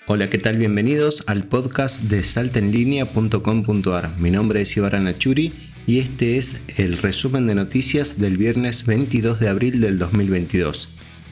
Hola, ¿qué tal? Bienvenidos al podcast de saltaenlinea.com.ar. Mi nombre es Ibarra Nachuri y este es el resumen de noticias del viernes 22 de abril del 2022.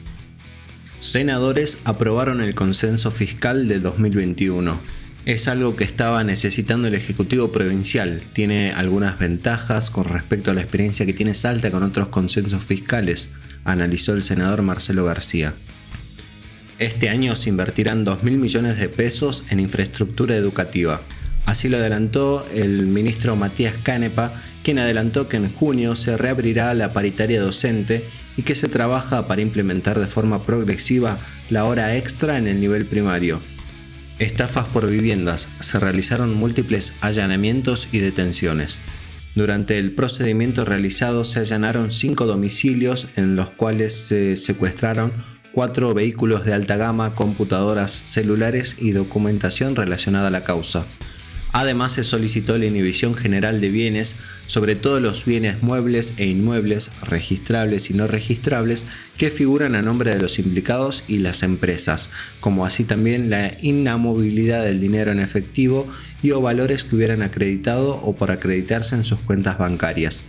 Senadores aprobaron el consenso fiscal de 2021. Es algo que estaba necesitando el Ejecutivo Provincial. Tiene algunas ventajas con respecto a la experiencia que tiene Salta con otros consensos fiscales, analizó el senador Marcelo García. Este año se invertirán 2.000 millones de pesos en infraestructura educativa. Así lo adelantó el ministro Matías Canepa, quien adelantó que en junio se reabrirá la paritaria docente y que se trabaja para implementar de forma progresiva la hora extra en el nivel primario. Estafas por viviendas. Se realizaron múltiples allanamientos y detenciones. Durante el procedimiento realizado se allanaron 5 domicilios en los cuales se secuestraron 4 vehículos de alta gama, computadoras, celulares y documentación relacionada a la causa. Además, se solicitó la inhibición general de bienes, sobre todo los bienes muebles e inmuebles, registrables y no registrables, que figuran a nombre de los implicados y las empresas, como así también la inamovilidad del dinero en efectivo y o valores que hubieran acreditado o por acreditarse en sus cuentas bancarias.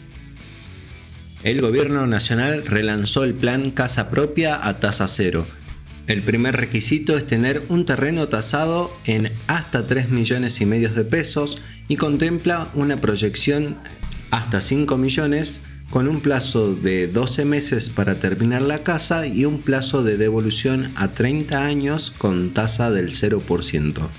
El gobierno nacional relanzó el plan Casa Propia a tasa cero. El primer requisito es tener un terreno tasado en hasta 3,5 millones de pesos y contempla una proyección hasta 5 millones con un plazo de 12 meses para terminar la casa y un plazo de devolución a 30 años con tasa del 0%.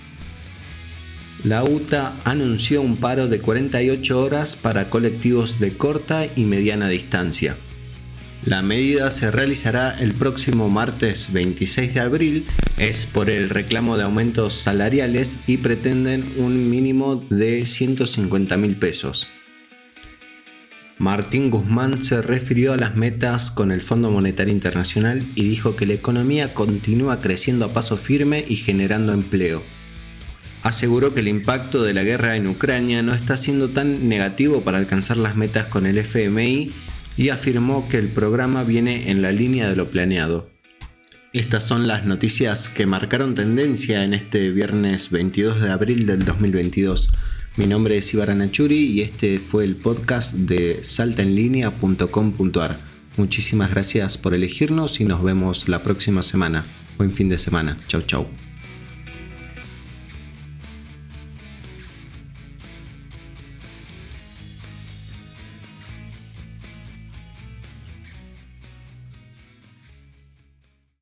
La UTA anunció un paro de 48 horas para colectivos de corta y mediana distancia. La medida se realizará el próximo martes 26 de abril, es por el reclamo de aumentos salariales y pretenden un mínimo de 150.000 pesos. Martín Guzmán se refirió a las metas con el Fondo Monetario Internacional y dijo que la economía continúa creciendo a paso firme y generando empleo. Aseguró que el impacto de la guerra en Ucrania no está siendo tan negativo para alcanzar las metas con el FMI y afirmó que el programa viene en la línea de lo planeado. Estas son las noticias que marcaron tendencia en este viernes 22 de abril del 2022. Mi nombre es Ibarra Nachuri y este fue el podcast de saltaenlinea.com.ar. Muchísimas gracias por elegirnos y nos vemos la próxima semana. Buen fin de semana. Chau, chau.